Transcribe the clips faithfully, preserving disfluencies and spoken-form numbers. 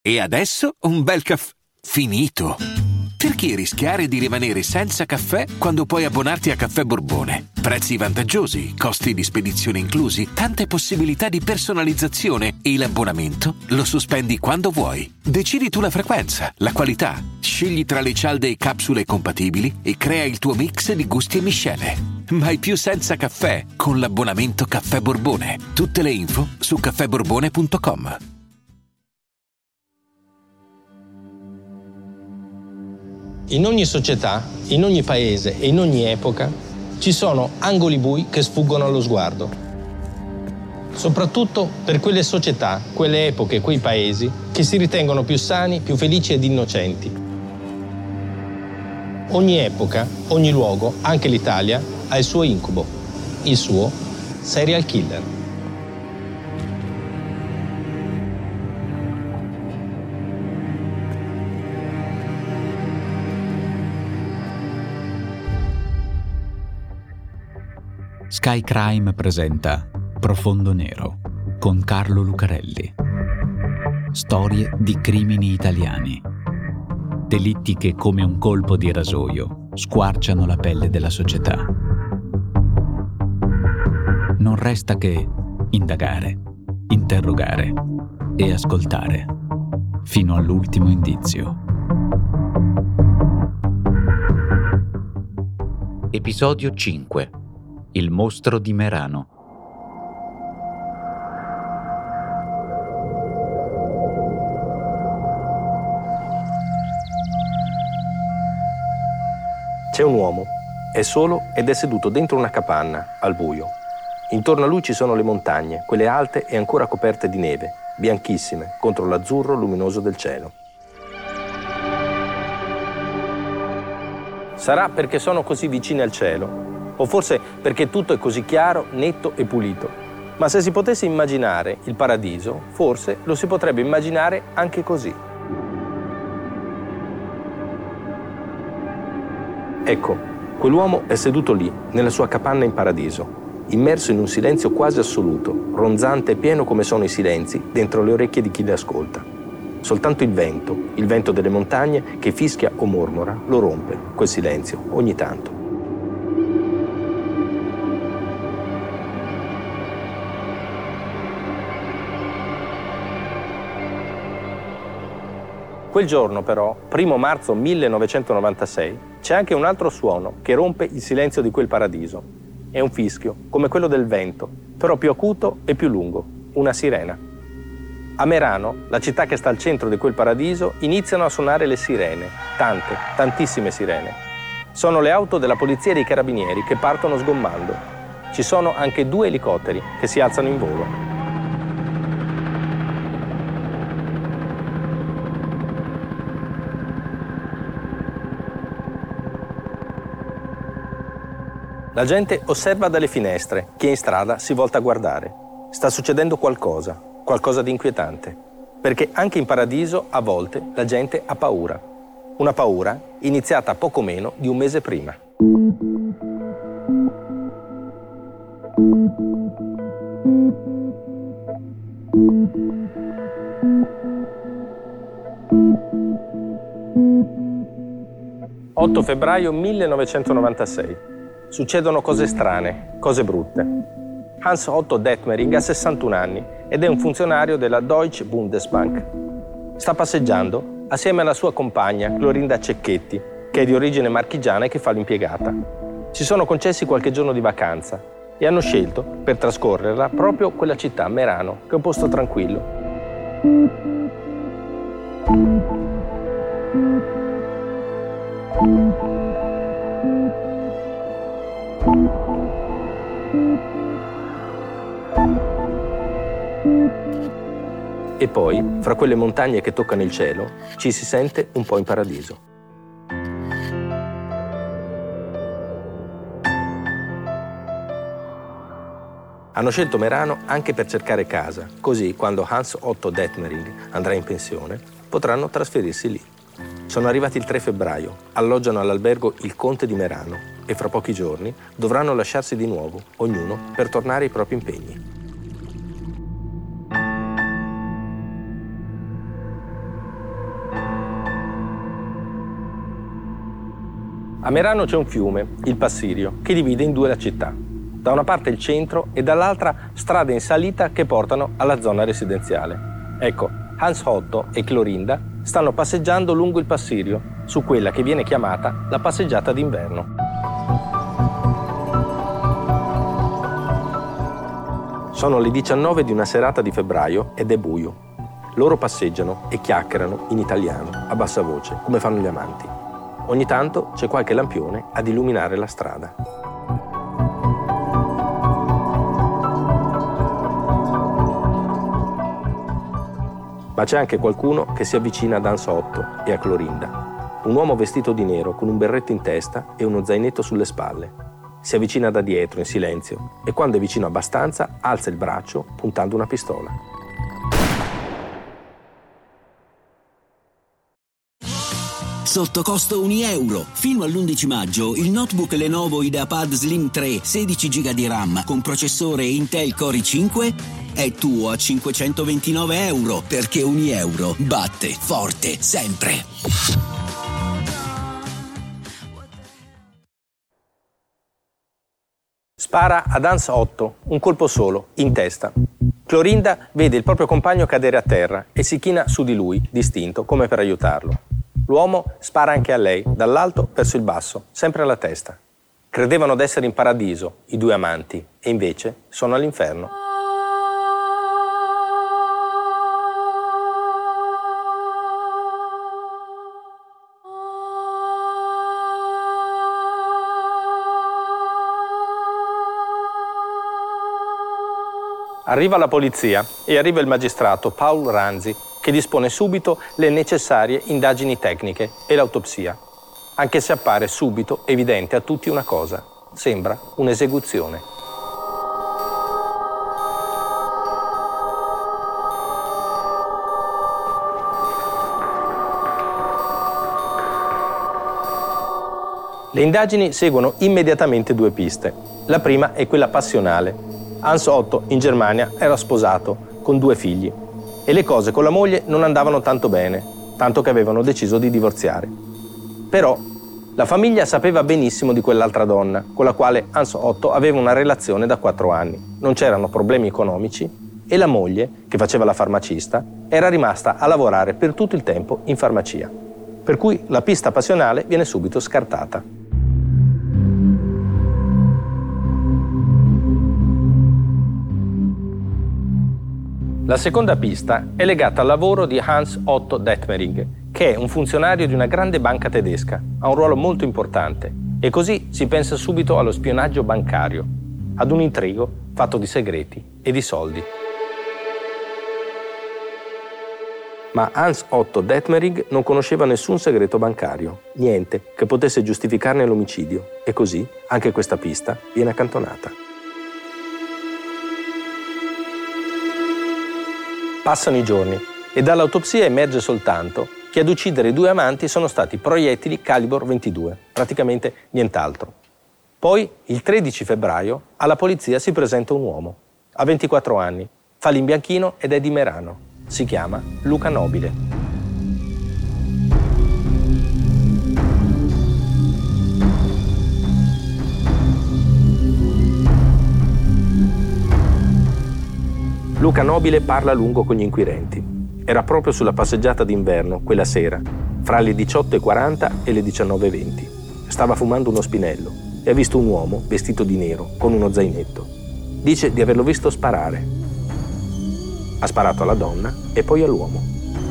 E adesso un bel caffè finito. Perché rischiare di rimanere senza caffè quando puoi abbonarti a Caffè Borbone? Prezzi vantaggiosi, costi di spedizione inclusi, tante possibilità di personalizzazione e l'abbonamento lo sospendi quando vuoi. Decidi tu la frequenza, la qualità, scegli tra le cialde e capsule compatibili e crea il tuo mix di gusti e miscele. Mai più senza caffè con l'abbonamento Caffè Borbone. Tutte le info su caffè borbone punto com. In ogni società, in ogni paese e in ogni epoca ci sono angoli bui che sfuggono allo sguardo. Soprattutto per quelle società, quelle epoche, quei paesi che si ritengono più sani, più felici ed innocenti. Ogni epoca, ogni luogo, anche l'Italia, ha il suo incubo, il suo serial killer. Sky Crime presenta Profondo Nero con Carlo Lucarelli. Storie di crimini italiani. Delitti che, come un colpo di rasoio, squarciano la pelle della società. Non resta che indagare, interrogare e ascoltare fino all'ultimo indizio. Episodio cinque. Il mostro di Merano. C'è un uomo, è solo ed è seduto dentro una capanna, al buio. Intorno a lui ci sono le montagne, quelle alte e ancora coperte di neve, bianchissime, contro l'azzurro luminoso del cielo. Sarà perché sono così vicini al cielo, o forse perché tutto è così chiaro, netto e pulito. Ma se si potesse immaginare il paradiso, forse lo si potrebbe immaginare anche così. Ecco, quell'uomo è seduto lì, nella sua capanna in paradiso, immerso in un silenzio quasi assoluto, ronzante e pieno come sono i silenzi dentro le orecchie di chi li ascolta. Soltanto il vento, il vento delle montagne, che fischia o mormora, lo rompe, quel silenzio, ogni tanto. Quel giorno però, primo marzo millenovecentonovantasei, c'è anche un altro suono che rompe il silenzio di quel paradiso. È un fischio, come quello del vento, però più acuto e più lungo, una sirena. A Merano, la città che sta al centro di quel paradiso, iniziano a suonare le sirene, tante, tantissime sirene. Sono le auto della polizia e dei carabinieri che partono sgommando. Ci sono anche due elicotteri che si alzano in volo. La gente osserva dalle finestre, chi è in strada si volta a guardare. Sta succedendo qualcosa, qualcosa di inquietante. Perché anche in paradiso, a volte, la gente ha paura. Una paura iniziata poco meno di un mese prima. otto febbraio millenovecentonovantasei. Succedono cose strane, cose brutte. Hans Otto Detmering ha sessantuno anni ed è un funzionario della Deutsche Bundesbank. Sta passeggiando assieme alla sua compagna, Clorinda Cecchetti, che è di origine marchigiana e che fa l'impiegata. Si sono concessi qualche giorno di vacanza e hanno scelto, per trascorrerla, proprio quella città, Merano, che è un posto tranquillo. E poi, fra quelle montagne che toccano il cielo, ci si sente un po' in paradiso. Hanno scelto Merano anche per cercare casa, così quando Hans Otto Detmering andrà in pensione, potranno trasferirsi lì. Sono arrivati il tre febbraio, alloggiano all'albergo Il Conte di Merano e fra pochi giorni dovranno lasciarsi di nuovo, ognuno per tornare ai propri impegni. A Merano c'è un fiume, il Passirio, che divide in due la città. Da una parte il centro e dall'altra strade in salita che portano alla zona residenziale. Ecco, Hans Otto e Clorinda stanno passeggiando lungo il Passirio, su quella che viene chiamata la passeggiata d'inverno. Sono le diciannove di una serata di febbraio ed è buio. Loro passeggiano e chiacchierano in italiano, a bassa voce, come fanno gli amanti. Ogni tanto c'è qualche lampione ad illuminare la strada. Ma c'è anche qualcuno che si avvicina ad Hans Otto e a Clorinda. Un uomo vestito di nero con un berretto in testa e uno zainetto sulle spalle. Si avvicina da dietro in silenzio e quando è vicino abbastanza alza il braccio puntando una pistola. Sotto costo un euro. Fino all'undici maggio il notebook Lenovo IdeaPad Slim tre sedici giga di RAM con processore Intel Core i cinque è tuo a cinquecentoventinove euro, perché un euro batte forte sempre. Spara ad Hans Otto, un colpo solo, in testa. Clorinda vede il proprio compagno cadere a terra e si china su di lui, distinto, come per aiutarlo. L'uomo spara anche a lei, dall'alto verso il basso, sempre alla testa. Credevano d'essere in paradiso, i due amanti, e invece sono all'inferno. Arriva la polizia e arriva il magistrato Paul Ranzi, che dispone subito le necessarie indagini tecniche e l'autopsia, anche se appare subito evidente a tutti una cosa: sembra un'esecuzione. Le indagini seguono immediatamente due piste. La prima è quella passionale. Hans Otto in Germania era sposato, con due figli, e le cose con la moglie non andavano tanto bene, tanto che avevano deciso di divorziare. Però la famiglia sapeva benissimo di quell'altra donna, con la quale Hans Otto aveva una relazione da quattro anni. Non c'erano problemi economici e la moglie, che faceva la farmacista, era rimasta a lavorare per tutto il tempo in farmacia. Per cui la pista passionale viene subito scartata. La seconda pista è legata al lavoro di Hans Otto Detmering, che è un funzionario di una grande banca tedesca, ha un ruolo molto importante, e così si pensa subito allo spionaggio bancario, ad un intrigo fatto di segreti e di soldi. Ma Hans Otto Detmering non conosceva nessun segreto bancario, niente che potesse giustificarne l'omicidio, e così anche questa pista viene accantonata. Passano i giorni e dall'autopsia emerge soltanto che ad uccidere i due amanti sono stati proiettili calibro ventidue, praticamente nient'altro. Poi, il tredici febbraio, alla polizia si presenta un uomo. Ha ventiquattro anni, fa l'imbianchino ed è di Merano. Si chiama Luca Nobile. Luca Nobile parla a lungo con gli inquirenti. Era proprio sulla passeggiata d'inverno, quella sera, fra le diciotto e quaranta e le diciannove e venti. Stava fumando uno spinello e ha visto un uomo vestito di nero, con uno zainetto. Dice di averlo visto sparare. Ha sparato alla donna e poi all'uomo.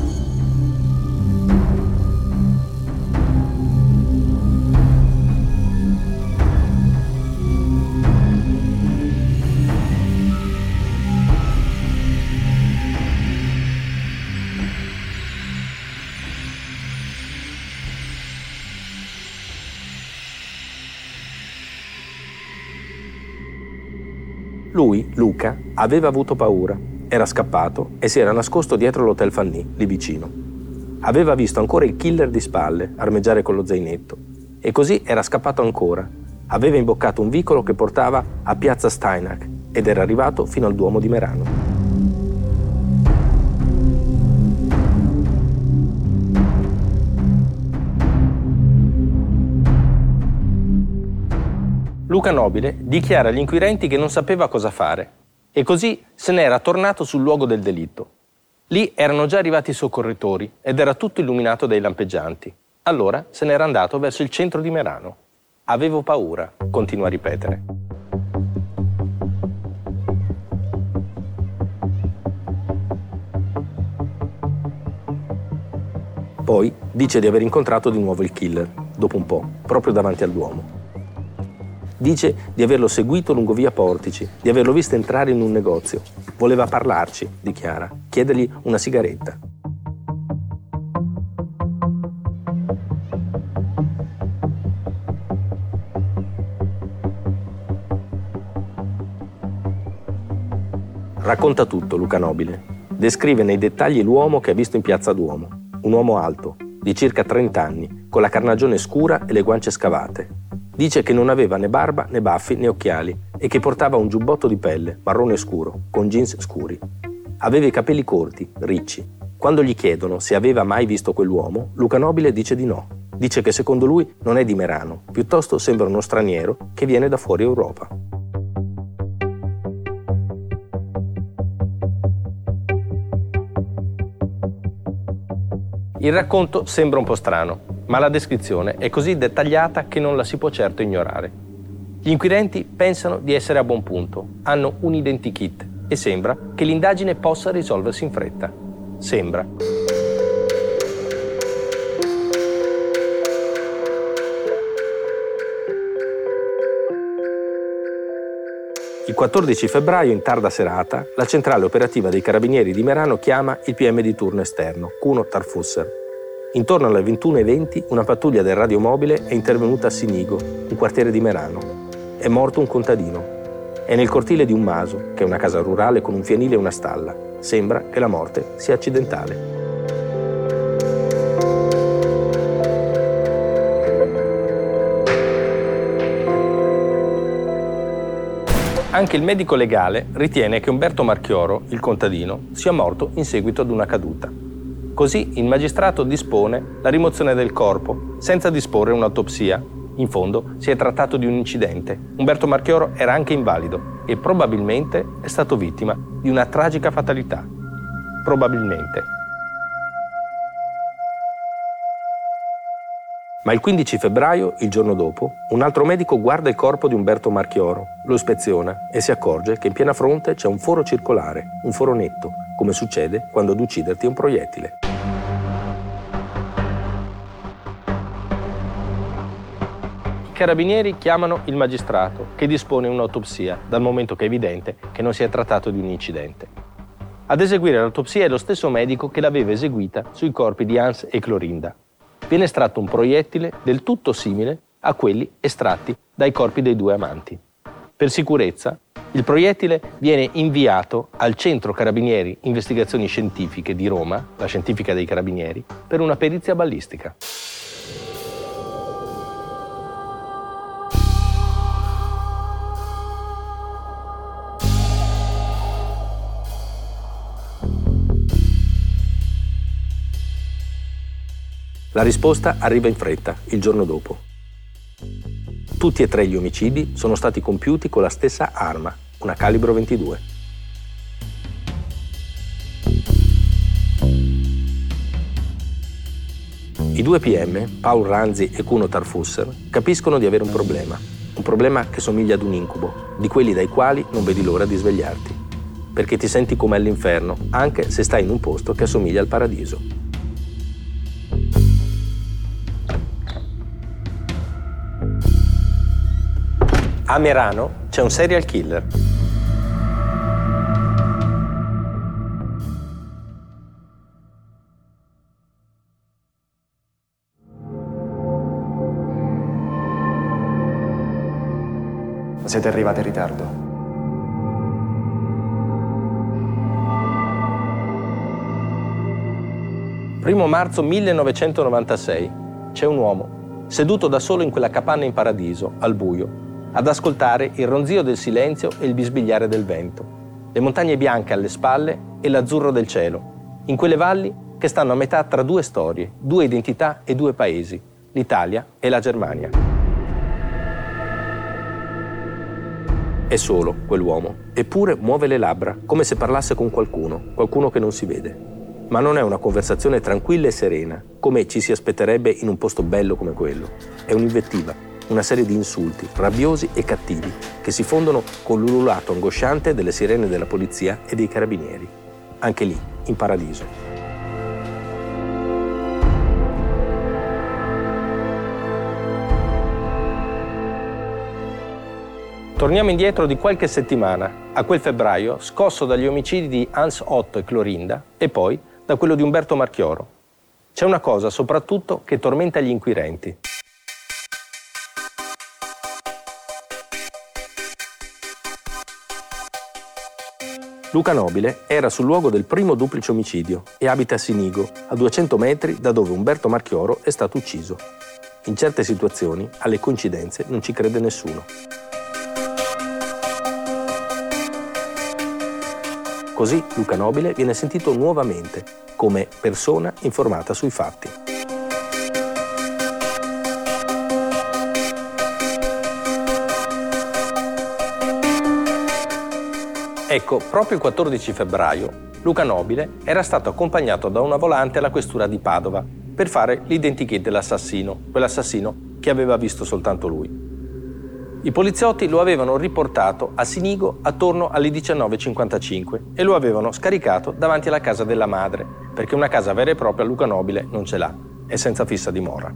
Lui, Luca, aveva avuto paura, era scappato e si era nascosto dietro l'Hotel Fanny, lì vicino. Aveva visto ancora il killer di spalle armeggiare con lo zainetto e così era scappato ancora. Aveva imboccato un vicolo che portava a Piazza Steinach ed era arrivato fino al Duomo di Merano. Luca Nobile dichiara agli inquirenti che non sapeva cosa fare e così se n'era tornato sul luogo del delitto. Lì erano già arrivati i soccorritori ed era tutto illuminato dai lampeggianti. Allora se n'era andato verso il centro di Merano. Avevo paura, continua a ripetere. Poi dice di aver incontrato di nuovo il killer, dopo un po', proprio davanti al Duomo. Dice di averlo seguito lungo via Portici, di averlo visto entrare in un negozio. Voleva parlarci, dichiara, chiedergli una sigaretta. Racconta tutto Luca Nobile. Descrive nei dettagli l'uomo che ha visto in piazza Duomo. Un uomo alto, di circa trenta anni, con la carnagione scura e le guance scavate. Dice che non aveva né barba né baffi né occhiali e che portava un giubbotto di pelle, marrone scuro, con jeans scuri. Aveva i capelli corti, ricci. Quando gli chiedono se aveva mai visto quell'uomo, Luca Nobile dice di no. Dice che secondo lui non è di Merano, piuttosto sembra uno straniero che viene da fuori Europa. Il racconto sembra un po' strano, ma la descrizione è così dettagliata che non la si può certo ignorare. Gli inquirenti pensano di essere a buon punto, hanno un identikit e sembra che l'indagine possa risolversi in fretta. Sembra. Il quattordici febbraio, in tarda serata, la centrale operativa dei Carabinieri di Merano chiama il P M di turno esterno, Kuno Tarfusser. Intorno alle ventuno e venti una pattuglia del radiomobile è intervenuta a Sinigo, un quartiere di Merano. È morto un contadino. È nel cortile di un maso, che è una casa rurale con un fienile e una stalla. Sembra che la morte sia accidentale. Anche il medico legale ritiene che Umberto Marchioro, il contadino, sia morto in seguito ad una caduta. Così il magistrato dispone la rimozione del corpo, senza disporre un'autopsia. In fondo si è trattato di un incidente. Umberto Marchioro era anche invalido e probabilmente è stato vittima di una tragica fatalità. Probabilmente. Ma il quindici febbraio, il giorno dopo, un altro medico guarda il corpo di Umberto Marchioro, lo ispeziona e si accorge che in piena fronte c'è un foro circolare, un foro netto, come succede quando ad ucciderti è un proiettile. I carabinieri chiamano il magistrato, che dispone un'autopsia, dal momento che è evidente che non si è trattato di un incidente. Ad eseguire l'autopsia è lo stesso medico che l'aveva eseguita sui corpi di Hans e Clorinda. Viene estratto un proiettile del tutto simile a quelli estratti dai corpi dei due amanti. Per sicurezza, il proiettile viene inviato al Centro Carabinieri Investigazioni Scientifiche di Roma, la scientifica dei Carabinieri, per una perizia ballistica. La risposta arriva in fretta, il giorno dopo. Tutti e tre gli omicidi sono stati compiuti con la stessa arma, una calibro ventidue. I due P M, Paul Ranzi e Kuno Tarfusser, capiscono di avere un problema. Un problema che somiglia ad un incubo, di quelli dai quali non vedi l'ora di svegliarti. Perché ti senti come all'inferno, anche se stai in un posto che assomiglia al paradiso. A Merano c'è un serial killer. Siete arrivati in ritardo. Primo marzo millenovecentonovantasei. C'è un uomo, seduto da solo in quella capanna in paradiso, al buio, ad ascoltare il ronzio del silenzio e il bisbigliare del vento, le montagne bianche alle spalle e l'azzurro del cielo, in quelle valli che stanno a metà tra due storie, due identità e due paesi, l'Italia e la Germania. È solo quell'uomo, eppure muove le labbra, come se parlasse con qualcuno, qualcuno che non si vede. Ma non è una conversazione tranquilla e serena, come ci si aspetterebbe in un posto bello come quello. È un'invettiva, una serie di insulti, rabbiosi e cattivi, che si fondono con l'ululato angosciante delle sirene della polizia e dei carabinieri. Anche lì, in paradiso. Torniamo indietro di qualche settimana, a quel febbraio scosso dagli omicidi di Hans Otto e Clorinda e poi da quello di Umberto Marchioro. C'è una cosa soprattutto che tormenta gli inquirenti. Luca Nobile era sul luogo del primo duplice omicidio e abita a Sinigo, a duecento metri da dove Umberto Marchioro è stato ucciso. In certe situazioni, alle coincidenze non ci crede nessuno. Così Luca Nobile viene sentito nuovamente come persona informata sui fatti. Ecco, proprio il quattordici febbraio, Luca Nobile era stato accompagnato da una volante alla questura di Padova per fare l'identikit dell'assassino, quell'assassino che aveva visto soltanto lui. I poliziotti lo avevano riportato a Sinigo attorno alle diciannove e cinquantacinque e lo avevano scaricato davanti alla casa della madre, perché una casa vera e propria Luca Nobile non ce l'ha, è senza fissa dimora.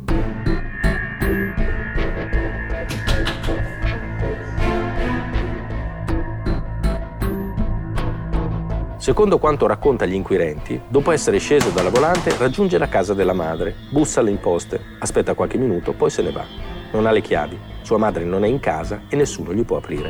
Secondo quanto racconta agli inquirenti, dopo essere sceso dalla volante raggiunge la casa della madre, bussa alle imposte, aspetta qualche minuto, poi se ne va. Non ha le chiavi, sua madre non è in casa e nessuno gli può aprire.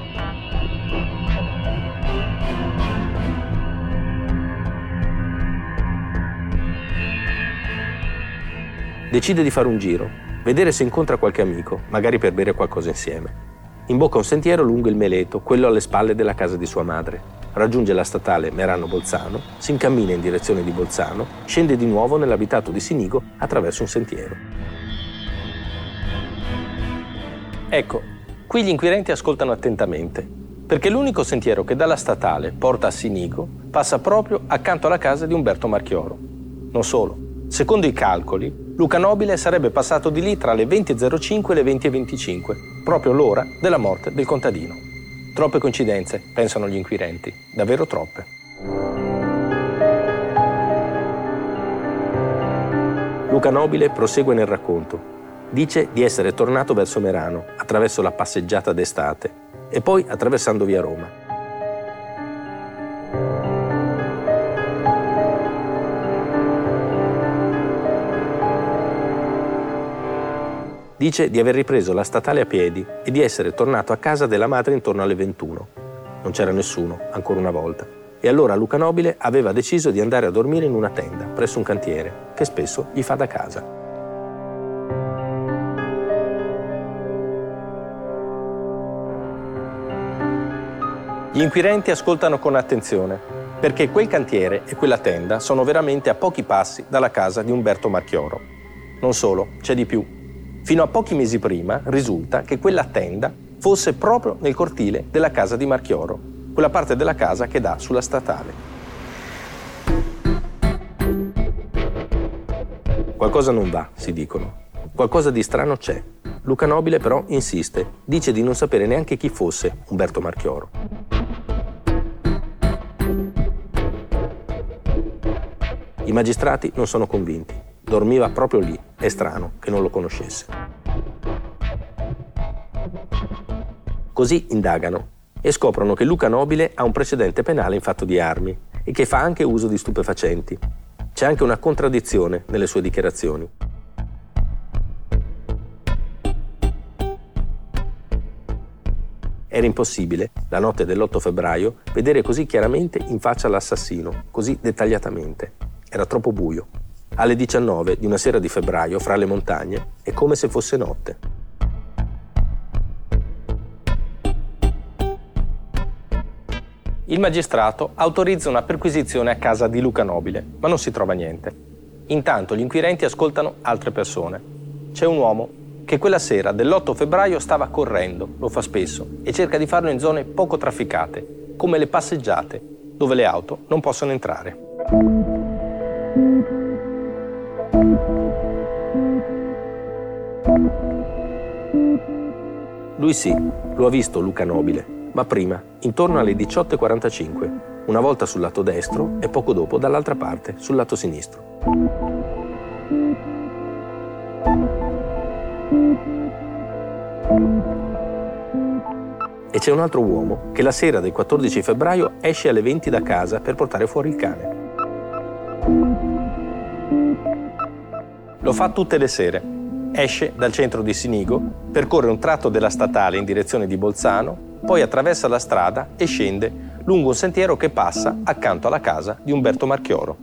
Decide di fare un giro, vedere se incontra qualche amico, magari per bere qualcosa insieme. Imbocca un sentiero lungo il Meleto, quello alle spalle della casa di sua madre. Raggiunge la statale Merano-Bolzano, si incammina in direzione di Bolzano, scende di nuovo nell'abitato di Sinigo attraverso un sentiero. Ecco, qui gli inquirenti ascoltano attentamente, perché l'unico sentiero che dalla statale porta a Sinigo passa proprio accanto alla casa di Umberto Marchioro. Non solo, secondo i calcoli, Luca Nobile sarebbe passato di lì tra le venti e zero cinque e le venti e venticinque, proprio l'ora della morte del contadino. Troppe coincidenze, pensano gli inquirenti, davvero troppe. Luca Nobile prosegue nel racconto. Dice di essere tornato verso Merano, attraverso la passeggiata d'estate, e poi attraversando via Roma. Dice di aver ripreso la statale a piedi e di essere tornato a casa della madre intorno alle ventuno. Non c'era nessuno, ancora una volta. E allora Luca Nobile aveva deciso di andare a dormire in una tenda, presso un cantiere, che spesso gli fa da casa. Gli inquirenti ascoltano con attenzione, perché quel cantiere e quella tenda sono veramente a pochi passi dalla casa di Umberto Marchioro. Non solo, c'è di più. Fino a pochi mesi prima risulta che quella tenda fosse proprio nel cortile della casa di Marchioro, quella parte della casa che dà sulla statale. Qualcosa non va, si dicono. Qualcosa di strano c'è. Luca Nobile però insiste, dice di non sapere neanche chi fosse Umberto Marchioro. I magistrati non sono convinti. Dormiva proprio lì, è strano che non lo conoscesse. Così indagano e scoprono che Luca Nobile ha un precedente penale in fatto di armi e che fa anche uso di stupefacenti. C'è anche una contraddizione nelle sue dichiarazioni. Era impossibile, la notte dell'otto febbraio, vedere così chiaramente in faccia l'assassino, così dettagliatamente. Era troppo buio. Alle diciannove di una sera di febbraio, fra le montagne, è come se fosse notte. Il magistrato autorizza una perquisizione a casa di Luca Nobile, ma non si trova niente. Intanto gli inquirenti ascoltano altre persone. C'è un uomo che quella sera dell'otto febbraio stava correndo, lo fa spesso, e cerca di farlo in zone poco trafficate, come le passeggiate, dove le auto non possono entrare. Lui sì, lo ha visto Luca Nobile, ma prima, intorno alle diciotto e quarantacinque, una volta sul lato destro e poco dopo dall'altra parte, sul lato sinistro. E c'è un altro uomo che la sera del quattordici febbraio esce alle venti da casa per portare fuori il cane. Lo fa tutte le sere. Esce dal centro di Sinigo, percorre un tratto della statale in direzione di Bolzano, poi attraversa la strada e scende lungo un sentiero che passa accanto alla casa di Umberto Marchioro.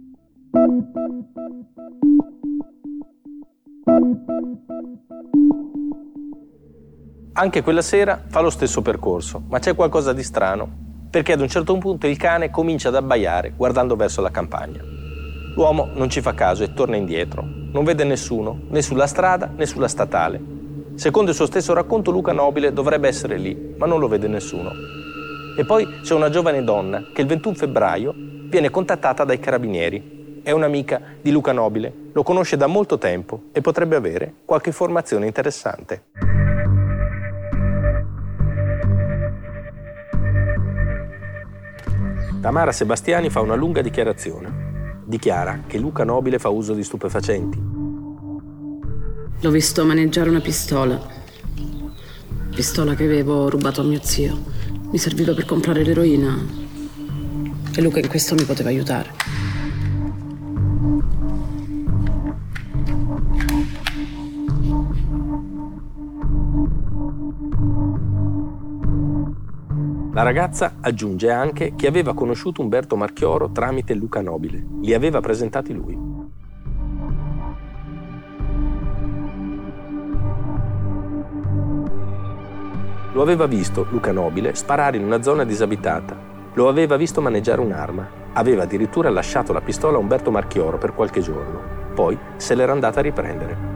Anche quella sera fa lo stesso percorso, ma c'è qualcosa di strano, perché ad un certo punto il cane comincia ad abbaiare guardando verso la campagna. L'uomo non ci fa caso e torna indietro. Non vede nessuno, né sulla strada né sulla statale. Secondo il suo stesso racconto, Luca Nobile dovrebbe essere lì, ma non lo vede nessuno. E poi c'è una giovane donna che il ventuno febbraio viene contattata dai carabinieri. È un'amica di Luca Nobile, lo conosce da molto tempo e potrebbe avere qualche informazione interessante. Tamara Sebastiani fa una lunga dichiarazione. Dichiara che Luca Nobile fa uso di stupefacenti. L'ho visto maneggiare una pistola. Pistola che avevo rubato a mio zio. Mi serviva per comprare l'eroina. E Luca in questo mi poteva aiutare. La ragazza aggiunge anche che aveva conosciuto Umberto Marchioro tramite Luca Nobile. Li aveva presentati lui. Lo aveva visto, Luca Nobile, sparare in una zona disabitata. Lo aveva visto maneggiare un'arma. Aveva addirittura lasciato la pistola a Umberto Marchioro per qualche giorno. Poi se l'era andata a riprendere.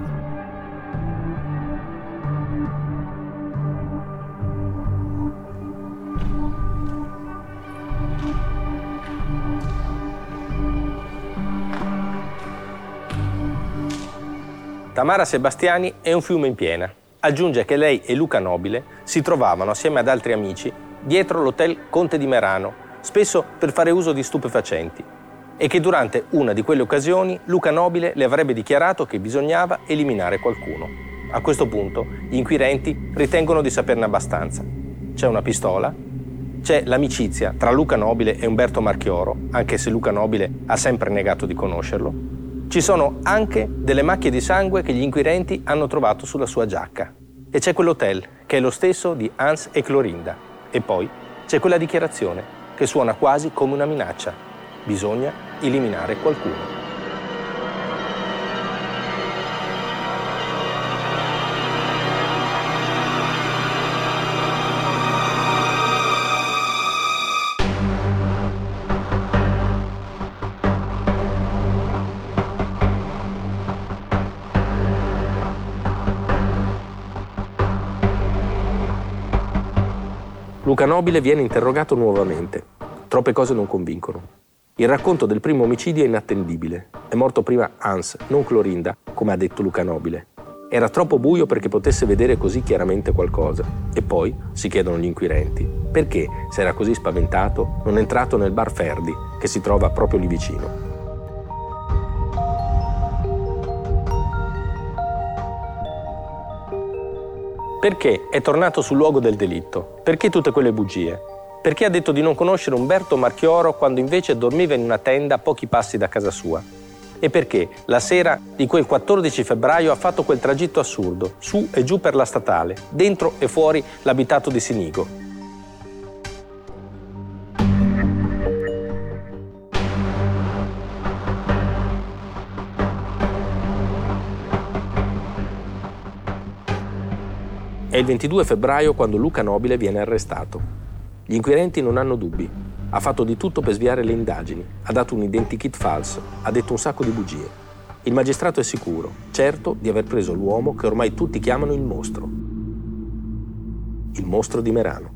Tamara Sebastiani è un fiume in piena. Aggiunge che lei e Luca Nobile si trovavano assieme ad altri amici dietro l'hotel Conte di Merano, spesso per fare uso di stupefacenti, e che durante una di quelle occasioni Luca Nobile le avrebbe dichiarato che bisognava eliminare qualcuno. A questo punto gli inquirenti ritengono di saperne abbastanza. C'è una pistola, c'è l'amicizia tra Luca Nobile e Umberto Marchioro, anche se Luca Nobile ha sempre negato di conoscerlo. Ci sono anche delle macchie di sangue che gli inquirenti hanno trovato sulla sua giacca. E c'è quell'hotel, che è lo stesso di Hans e Clorinda. E poi c'è quella dichiarazione, che suona quasi come una minaccia. Bisogna eliminare qualcuno. Luca Nobile viene interrogato nuovamente. Troppe cose non convincono. Il racconto del primo omicidio è inattendibile. È morto prima Hans, non Clorinda, come ha detto Luca Nobile. Era troppo buio perché potesse vedere così chiaramente qualcosa. E poi, si chiedono gli inquirenti, perché, se era così spaventato, non è entrato nel bar Ferdi, che si trova proprio lì vicino. Perché è tornato sul luogo del delitto? Perché tutte quelle bugie? Perché ha detto di non conoscere Umberto Marchioro quando invece dormiva in una tenda a pochi passi da casa sua? E perché la sera di quel quattordici febbraio ha fatto quel tragitto assurdo, su e giù per la statale, dentro e fuori l'abitato di Sinigo? È il ventidue febbraio quando Luca Nobile viene arrestato. Gli inquirenti non hanno dubbi. Ha fatto di tutto per sviare le indagini, ha dato un identikit falso, ha detto un sacco di bugie. il magistrato è sicuro, certo di aver preso l'uomo che ormai tutti chiamano il mostro. Il mostro di Merano.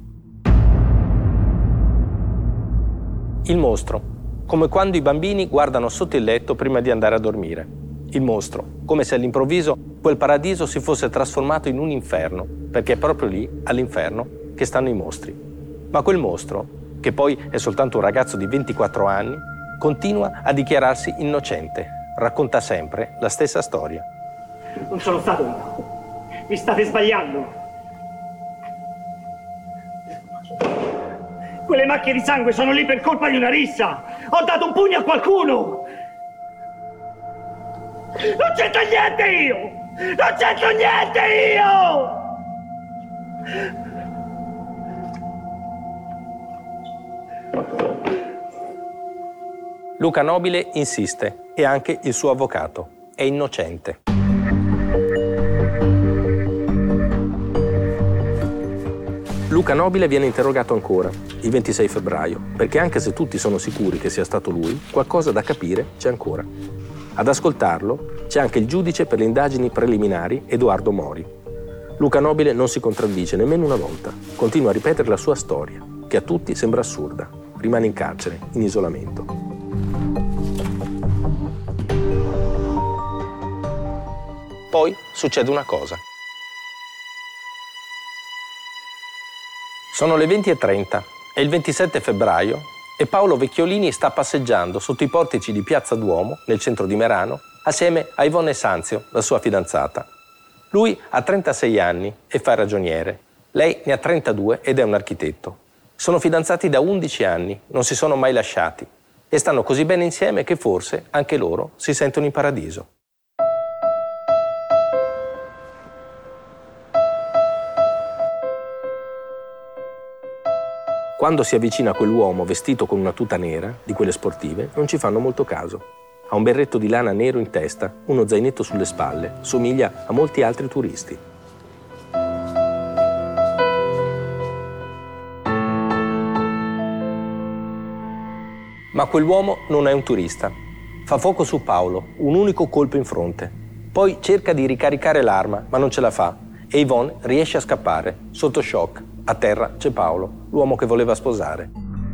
Il mostro, come quando i bambini guardano sotto il letto prima di andare a dormire. Il mostro, come se all'improvviso quel paradiso si fosse trasformato in un inferno, perché è proprio lì, all'inferno, che stanno i mostri. Ma quel mostro, che poi è soltanto un ragazzo di ventiquattro anni, continua a dichiararsi innocente, racconta sempre la stessa storia. Non sono stato io. Mi state sbagliando. Quelle macchie di sangue sono lì per colpa di una rissa. Ho dato un pugno a qualcuno. Non c'entro niente io! Non c'entro niente io! Luca Nobile insiste, e anche il suo avvocato. È innocente. Luca Nobile viene interrogato ancora, il ventisei febbraio, perché anche se tutti sono sicuri che sia stato lui, qualcosa da capire c'è ancora. Ad ascoltarlo c'è anche il giudice per le indagini preliminari, Edoardo Mori. Luca Nobile non si contraddice nemmeno una volta, continua a ripetere la sua storia, che a tutti sembra assurda. Rimane in carcere, in isolamento. Poi succede una cosa. Sono le venti e trenta, è il ventisette febbraio e Paolo Vecchiolini sta passeggiando sotto i portici di Piazza Duomo, nel centro di Merano, assieme a Yvonne Sanzio, la sua fidanzata. Lui ha trentasei anni e fa il ragioniere. Lei ne ha trentadue ed è un architetto. Sono fidanzati da undici anni, non si sono mai lasciati e stanno così bene insieme che forse anche loro si sentono in paradiso. Quando si avvicina quell'uomo vestito con una tuta nera, di quelle sportive, non ci fanno molto caso. Ha un berretto di lana nero in testa, uno zainetto sulle spalle, somiglia a molti altri turisti. Ma quell'uomo non è un turista. Fa fuoco su Paolo, un unico colpo in fronte. Poi cerca di ricaricare l'arma, ma non ce la fa. E Yvonne riesce a scappare, sotto shock. A terra c'è Paolo, l'uomo che voleva sposare.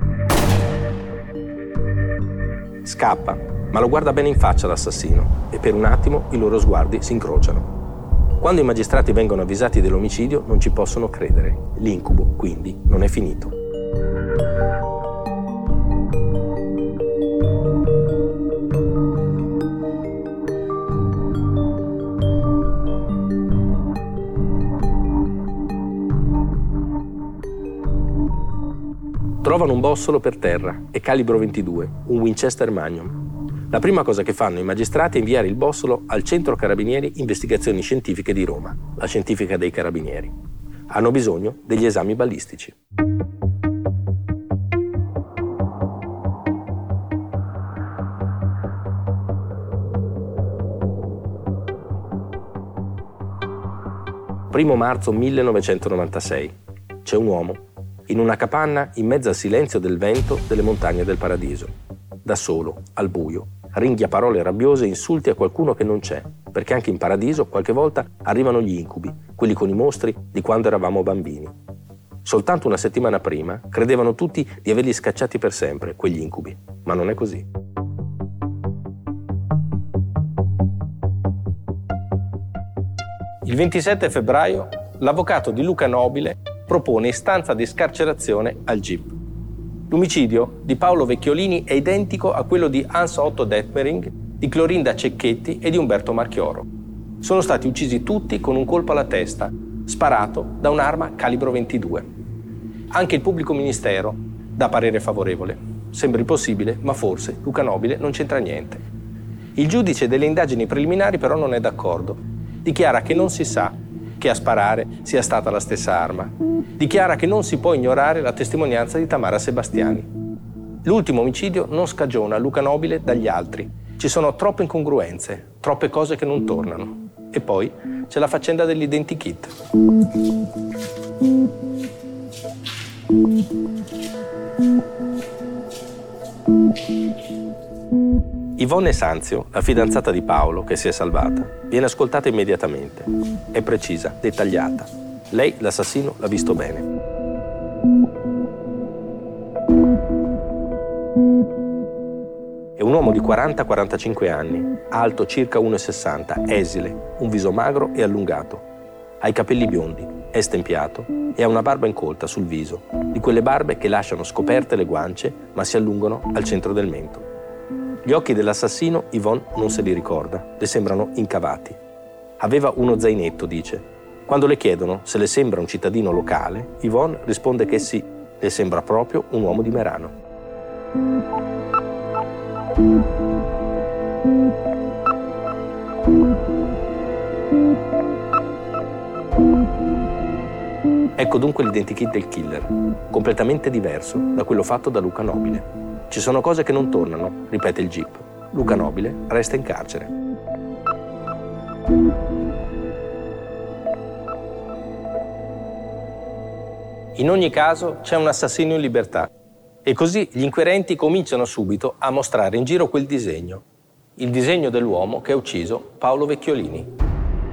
Scappa, ma lo guarda bene in faccia l'assassino e per un attimo i loro sguardi si incrociano. Quando i magistrati vengono avvisati dell'omicidio non ci possono credere. L'incubo, quindi, non è finito. Trovano un bossolo per terra e calibro ventidue, un Winchester Magnum. La prima cosa che fanno i magistrati è inviare il bossolo al Centro Carabinieri Investigazioni Scientifiche di Roma, la scientifica dei carabinieri. Hanno bisogno degli esami ballistici. Primo marzo millenovecentonovantasei. C'è un uomo in una capanna in mezzo al silenzio del vento delle montagne del paradiso. Da solo, al buio, ringhia parole rabbiose e insulti a qualcuno che non c'è, perché anche in paradiso qualche volta arrivano gli incubi, quelli con i mostri di quando eravamo bambini. Soltanto una settimana prima credevano tutti di averli scacciati per sempre, quegli incubi, ma non è così. Il ventisette febbraio l'avvocato di Luca Nobile propone istanza di scarcerazione al G I P. L'omicidio di Paolo Vecchiolini è identico a quello di Hans Otto Detmering, di Clorinda Cecchetti e di Umberto Marchioro. Sono stati uccisi tutti con un colpo alla testa, sparato da un'arma calibro ventidue. Anche il pubblico ministero dà parere favorevole. Sembra impossibile, ma forse Luca Nobile non c'entra niente. Il giudice delle indagini preliminari però non è d'accordo. Dichiara che non si sa che a sparare sia stata la stessa arma. Dichiara che non si può ignorare la testimonianza di Tamara Sebastiani. L'ultimo omicidio non scagiona Luca Nobile dagli altri. Ci sono troppe incongruenze, troppe cose che non tornano. E poi c'è la faccenda dell'identikit. Yvonne Sanzio, la fidanzata di Paolo, che si è salvata, viene ascoltata immediatamente. È precisa, dettagliata. Lei, l'assassino, l'ha visto bene. È un uomo di quaranta quarantacinque anni, alto circa uno virgola sessanta, esile, un viso magro e allungato. Ha i capelli biondi, è stempiato e ha una barba incolta sul viso, di quelle barbe che lasciano scoperte le guance ma si allungano al centro del mento. Gli occhi dell'assassino Yvonne non se li ricorda, le sembrano incavati. Aveva uno zainetto, dice. Quando le chiedono se le sembra un cittadino locale, Yvonne risponde che sì, le sembra proprio un uomo di Merano. Ecco dunque l'identikit del killer, completamente diverso da quello fatto da Luca Nobile. Ci sono cose che non tornano, ripete il G I P. Luca Nobile resta in carcere. In ogni caso c'è un assassino in libertà e così gli inquirenti cominciano subito a mostrare in giro quel disegno, il disegno dell'uomo che ha ucciso Paolo Vecchiolini.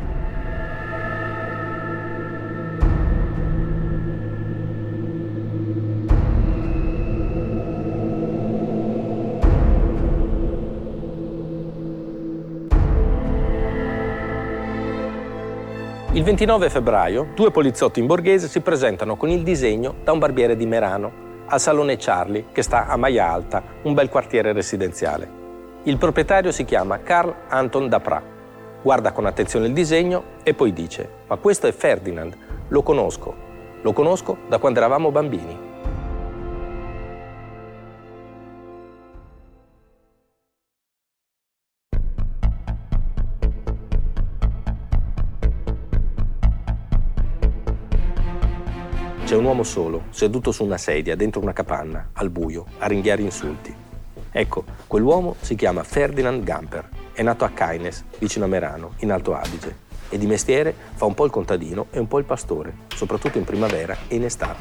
Il ventinove febbraio, due poliziotti in borghese si presentano con il disegno da un barbiere di Merano al Salone Charlie, che sta a Maia Alta, un bel quartiere residenziale. Il proprietario si chiama Carl Anton Daprat. Guarda con attenzione il disegno e poi dice: ma questo è Ferdinand, lo conosco, lo conosco da quando eravamo bambini. C'è un uomo solo, seduto su una sedia, dentro una capanna, al buio, a ringhiare insulti. Ecco, quell'uomo si chiama Ferdinand Gamper. È nato a Caines, vicino a Merano, in Alto Adige. E di mestiere fa un po' il contadino e un po' il pastore, soprattutto in primavera e in estate.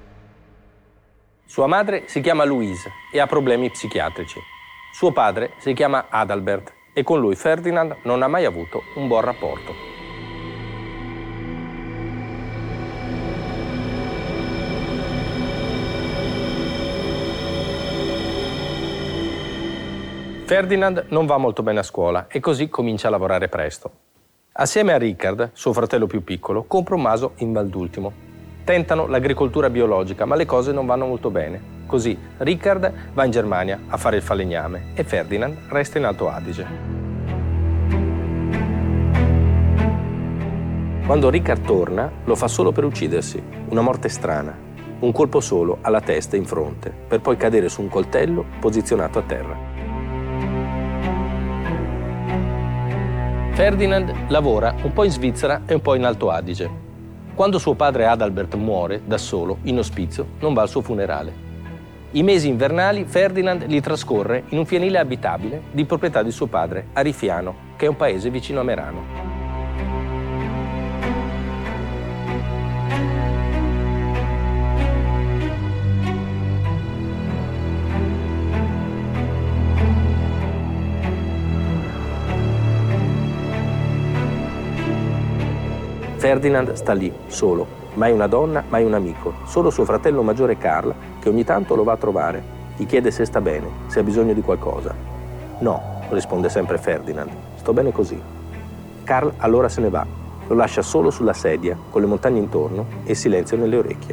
Sua madre si chiama Louise e ha problemi psichiatrici. Suo padre si chiama Adalbert e con lui Ferdinand non ha mai avuto un buon rapporto. Ferdinand non va molto bene a scuola e così comincia a lavorare presto. Assieme a Richard, suo fratello più piccolo, compra un maso in Valdultimo. Tentano l'agricoltura biologica, ma le cose non vanno molto bene. Così Richard va in Germania a fare il falegname e Ferdinand resta in Alto Adige. Quando Richard torna, lo fa solo per uccidersi, una morte strana, un colpo solo alla testa e in fronte, per poi cadere su un coltello posizionato a terra. Ferdinand lavora un po' in Svizzera e un po' in Alto Adige. Quando suo padre Adalbert muore, da solo, in ospizio, non va al suo funerale. I mesi invernali Ferdinand li trascorre in un fienile abitabile di proprietà di suo padre, a Rifiano, che è un paese vicino a Merano. Ferdinand sta lì, solo, mai una donna, mai un amico, solo suo fratello maggiore Carl, che ogni tanto lo va a trovare, gli chiede se sta bene, se ha bisogno di qualcosa. No, risponde sempre Ferdinand, sto bene così. Carl allora se ne va, lo lascia solo sulla sedia, con le montagne intorno e il silenzio nelle orecchie.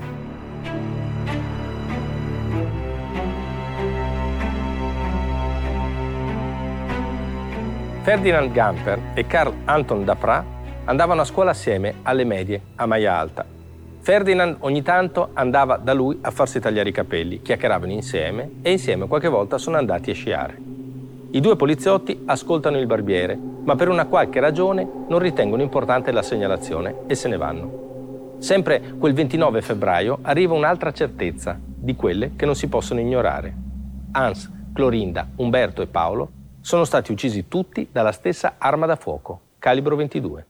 Ferdinand Gamper e Carl Anton Daprat andavano a scuola assieme alle medie a Maia Alta. Ferdinand ogni tanto andava da lui a farsi tagliare i capelli, chiacchieravano insieme e insieme qualche volta sono andati a sciare. I due poliziotti ascoltano il barbiere, ma per una qualche ragione non ritengono importante la segnalazione e se ne vanno. Sempre quel ventinove febbraio arriva un'altra certezza, di quelle che non si possono ignorare. Hans, Clorinda, Umberto e Paolo sono stati uccisi tutti dalla stessa arma da fuoco, calibro ventidue.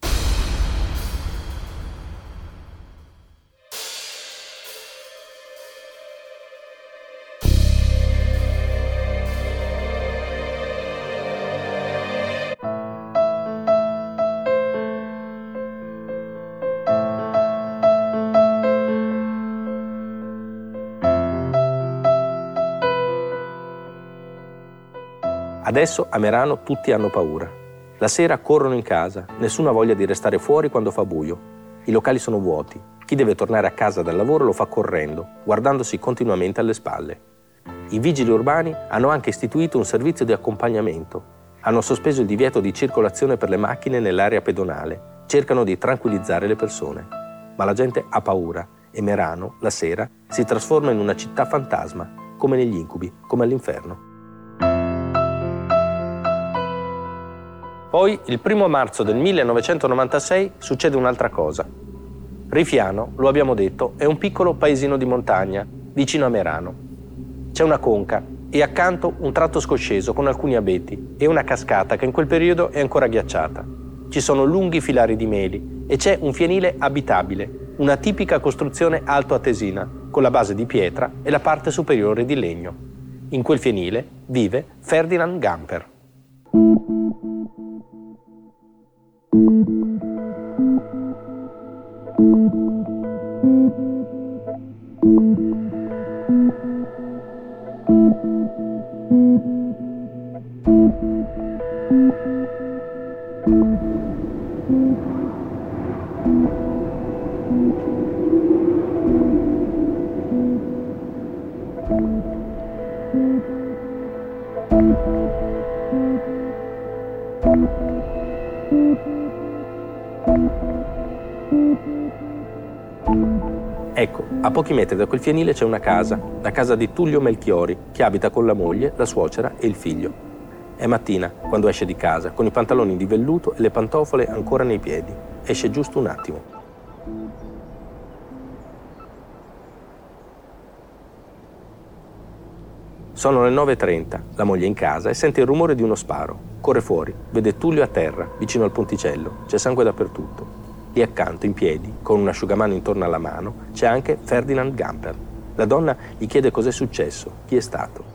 Adesso a Merano tutti hanno paura. La sera corrono in casa, nessuno ha voglia di restare fuori quando fa buio. I locali sono vuoti. Chi deve tornare a casa dal lavoro lo fa correndo, guardandosi continuamente alle spalle. I vigili urbani hanno anche istituito un servizio di accompagnamento. Hanno sospeso il divieto di circolazione per le macchine nell'area pedonale. Cercano di tranquillizzare le persone. Ma la gente ha paura e Merano, la sera, si trasforma in una città fantasma, come negli incubi, come all'inferno. Poi, il primo marzo del millenovecentonovantasei, succede un'altra cosa. Rifiano, lo abbiamo detto, è un piccolo paesino di montagna, vicino a Merano. C'è una conca e accanto un tratto scosceso con alcuni abeti e una cascata che in quel periodo è ancora ghiacciata. Ci sono lunghi filari di meli e c'è un fienile abitabile, una tipica costruzione alto-atesina, con la base di pietra e la parte superiore di legno. In quel fienile vive Ferdinand Gamper. Ecco, a pochi metri da quel fienile c'è una casa, la casa di Tullio Melchiori, che abita con la moglie, la suocera e il figlio. È mattina, quando esce di casa, con i pantaloni di velluto e le pantofole ancora nei piedi. Esce giusto un attimo. Sono le nove e trenta, la moglie è in casa e sente il rumore di uno sparo. Corre fuori, vede Tullio a terra, vicino al ponticello, c'è sangue dappertutto. Lì accanto, in piedi, con un asciugamano intorno alla mano, c'è anche Ferdinand Gamper. La donna gli chiede cos'è successo, chi è stato.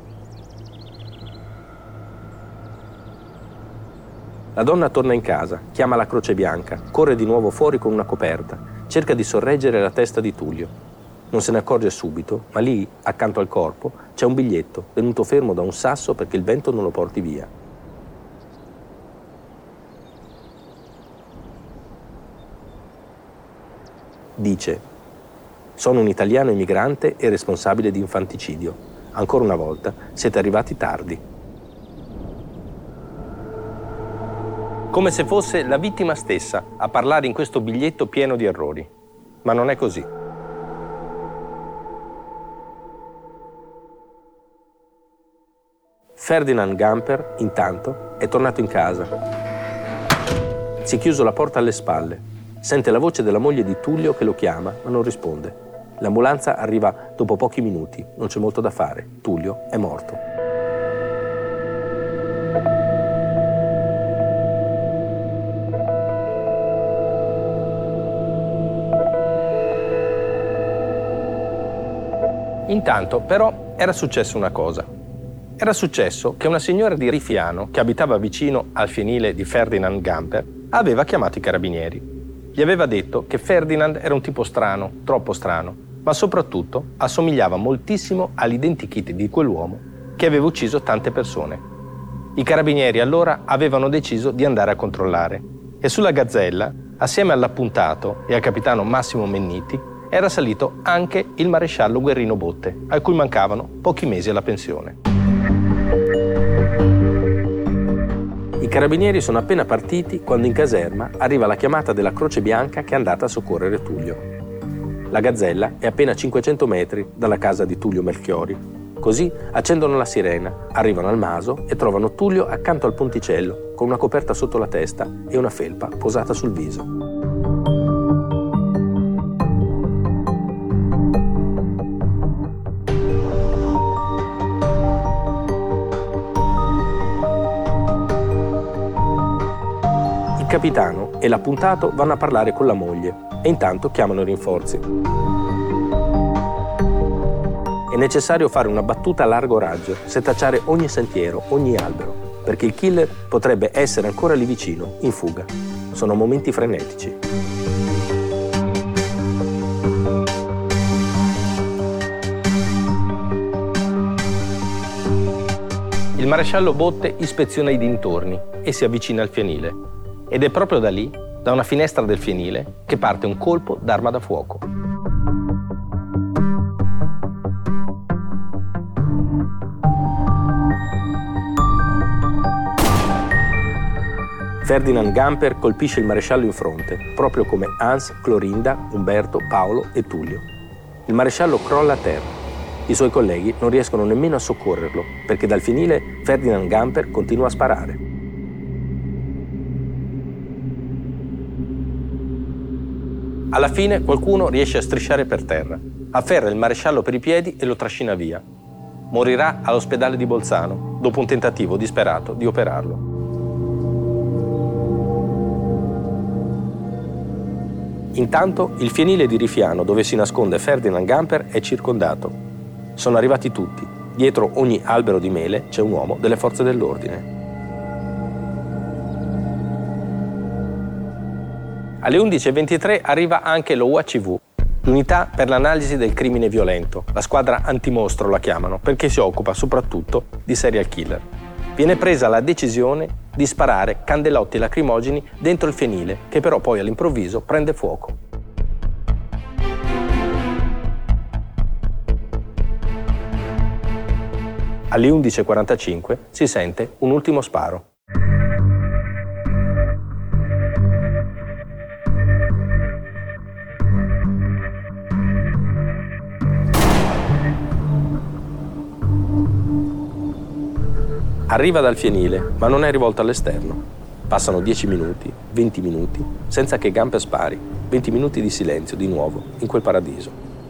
La donna torna in casa, chiama la Croce Bianca, corre di nuovo fuori con una coperta, cerca di sorreggere la testa di Tullio. Non se ne accorge subito, ma lì, accanto al corpo, c'è un biglietto, tenuto fermo da un sasso perché il vento non lo porti via. Dice: sono un italiano emigrante e responsabile di infanticidio. Ancora una volta siete arrivati tardi. Come se fosse la vittima stessa a parlare in questo biglietto pieno di errori. Ma non è così. Ferdinand Gamper, intanto, è tornato in casa. Si è chiuso la porta alle spalle. Sente la voce della moglie di Tullio che lo chiama, ma non risponde. L'ambulanza arriva dopo pochi minuti, non c'è molto da fare. Tullio è morto. Intanto, però, era successa una cosa. Era successo che una signora di Rifiano, che abitava vicino al fienile di Ferdinand Gamper, aveva chiamato i carabinieri. Gli aveva detto che Ferdinand era un tipo strano, troppo strano, ma soprattutto assomigliava moltissimo all'identikit di quell'uomo che aveva ucciso tante persone. I carabinieri allora avevano deciso di andare a controllare e sulla Gazzella, assieme all'appuntato e al capitano Massimo Menniti, era salito anche il maresciallo Guerrino Botte, a cui mancavano pochi mesi alla pensione. I carabinieri sono appena partiti quando in caserma arriva la chiamata della Croce Bianca che è andata a soccorrere Tullio. La Gazzella è appena a cinquecento metri dalla casa di Tullio Melchiori. Così accendono la sirena, arrivano al Maso e trovano Tullio accanto al ponticello con una coperta sotto la testa e una felpa posata sul viso. Il capitano e l'appuntato vanno a parlare con la moglie e intanto chiamano i rinforzi. È necessario fare una battuta a largo raggio, setacciare ogni sentiero, ogni albero, perché il killer potrebbe essere ancora lì vicino, in fuga. Sono momenti frenetici. Il il maresciallo Botte ispeziona i dintorni e si avvicina al fienile. Ed è proprio da lì, da una finestra del fienile, che parte un colpo d'arma da fuoco. Ferdinand Gamper colpisce il maresciallo in fronte, proprio come Hans, Clorinda, Umberto, Paolo e Tullio. Il maresciallo crolla a terra. I suoi colleghi non riescono nemmeno a soccorrerlo, perché dal fienile Ferdinand Gamper continua a sparare. Alla fine qualcuno riesce a strisciare per terra, afferra il maresciallo per i piedi e lo trascina via. Morirà all'ospedale di Bolzano, dopo un tentativo disperato di operarlo. Intanto il fienile di Rifiano, dove si nasconde Ferdinand Gamper, è circondato. Sono arrivati tutti. Dietro ogni albero di mele c'è un uomo delle forze dell'ordine. Alle undici e ventitré arriva anche l'O A C V, l'unità per l'analisi del crimine violento. La squadra antimostro la chiamano, perché si occupa soprattutto di serial killer. Viene presa la decisione di sparare candelotti lacrimogeni dentro il fienile, che però poi all'improvviso prende fuoco. Alle undici e quarantacinque si sente un ultimo sparo. Arriva dal fienile, ma non è rivolto all'esterno. Passano dieci minuti, venti minuti, senza che Gamper spari. venti minuti di silenzio, di nuovo, in quel paradiso.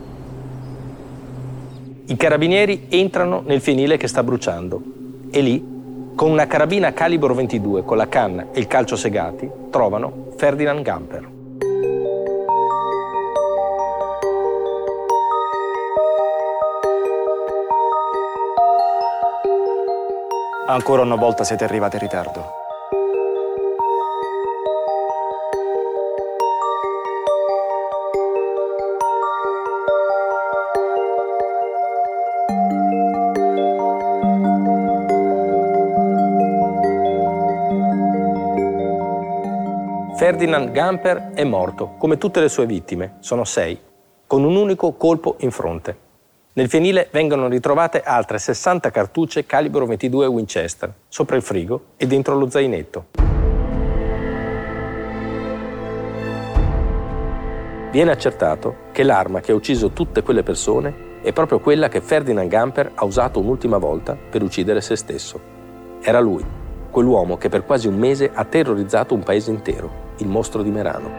I carabinieri entrano nel fienile che sta bruciando e lì, con una carabina calibro ventidue, con la canna e il calcio segati, trovano Ferdinand Gamper. Ancora una volta siete arrivati in ritardo. Ferdinand Gamper è morto, come tutte le sue vittime, sono sei, con un unico colpo in fronte. Nel fienile vengono ritrovate altre sessanta cartucce calibro ventidue Winchester, sopra il frigo e dentro lo zainetto. Viene accertato che l'arma che ha ucciso tutte quelle persone è proprio quella che Ferdinand Gamper ha usato un'ultima volta per uccidere se stesso. Era lui, quell'uomo che per quasi un mese ha terrorizzato un paese intero, il mostro di Merano.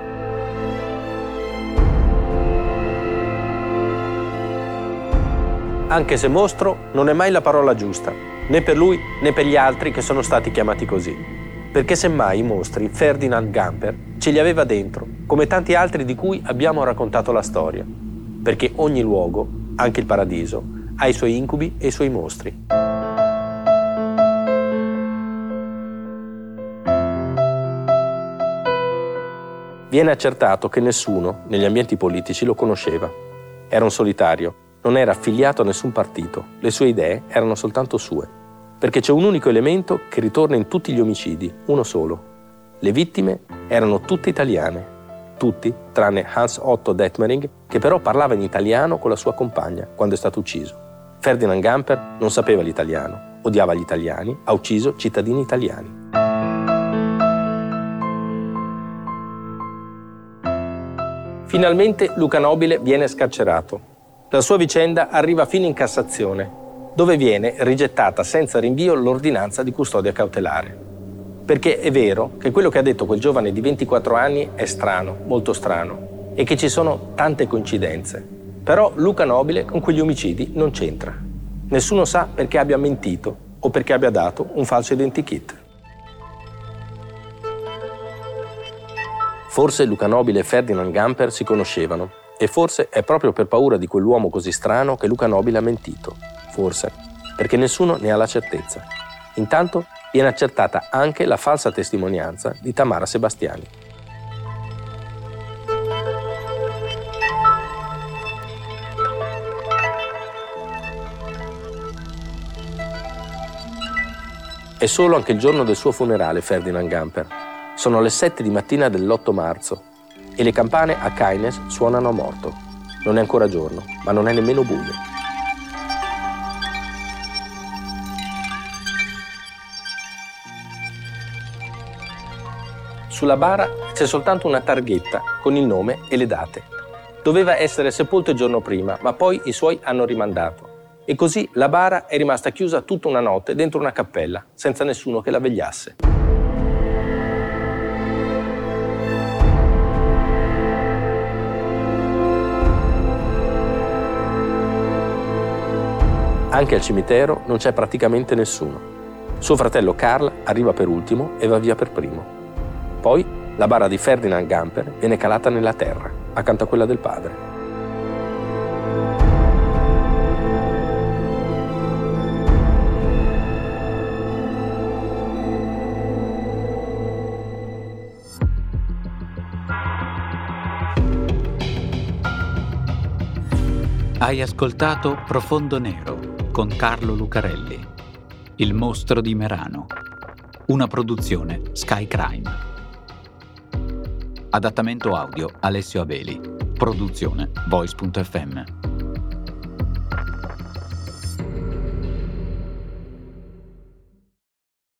Anche se mostro non è mai la parola giusta, né per lui né per gli altri che sono stati chiamati così. Perché semmai i mostri Ferdinand Gamper ce li aveva dentro, come tanti altri di cui abbiamo raccontato la storia. Perché ogni luogo, anche il paradiso, ha i suoi incubi e i suoi mostri. Viene accertato che nessuno, negli ambienti politici, lo conosceva. Era un solitario. Non era affiliato a nessun partito, le sue idee erano soltanto sue. Perché c'è un unico elemento che ritorna in tutti gli omicidi, uno solo. Le vittime erano tutte italiane, tutti tranne Hans Otto Detmering, che però parlava in italiano con la sua compagna quando è stato ucciso. Ferdinand Gamper non sapeva l'italiano, odiava gli italiani, ha ucciso cittadini italiani. Finalmente Luca Nobile viene scarcerato. La sua vicenda arriva fino in Cassazione, dove viene rigettata senza rinvio l'ordinanza di custodia cautelare. Perché è vero che quello che ha detto quel giovane di ventiquattro anni è strano, molto strano, e che ci sono tante coincidenze. Però Luca Nobile con quegli omicidi non c'entra. Nessuno sa perché abbia mentito o perché abbia dato un falso identikit. Forse Luca Nobile e Ferdinand Gamper si conoscevano. E forse è proprio per paura di quell'uomo così strano che Luca Nobile ha mentito. Forse, perché nessuno ne ha la certezza. Intanto viene accertata anche la falsa testimonianza di Tamara Sebastiani. È solo anche il giorno del suo funerale Ferdinand Gamper. Sono le sette di mattina dell'otto marzo e le campane a Caithness suonano a morto. Non è ancora giorno, ma non è nemmeno buio. Sulla bara c'è soltanto una targhetta con il nome e le date. Doveva essere sepolto il giorno prima, ma poi i suoi hanno rimandato. E così la bara è rimasta chiusa tutta una notte dentro una cappella, senza nessuno che la vegliasse. Anche al cimitero non c'è praticamente nessuno. Suo fratello Karl arriva per ultimo e va via per primo. Poi la bara di Ferdinand Gamper viene calata nella terra, accanto a quella del padre. Hai ascoltato Profondo Nero con Carlo Lucarelli, Il mostro di Merano, una produzione Sky Crime. Adattamento audio Alessio Abeli, produzione Voice punto effe emme.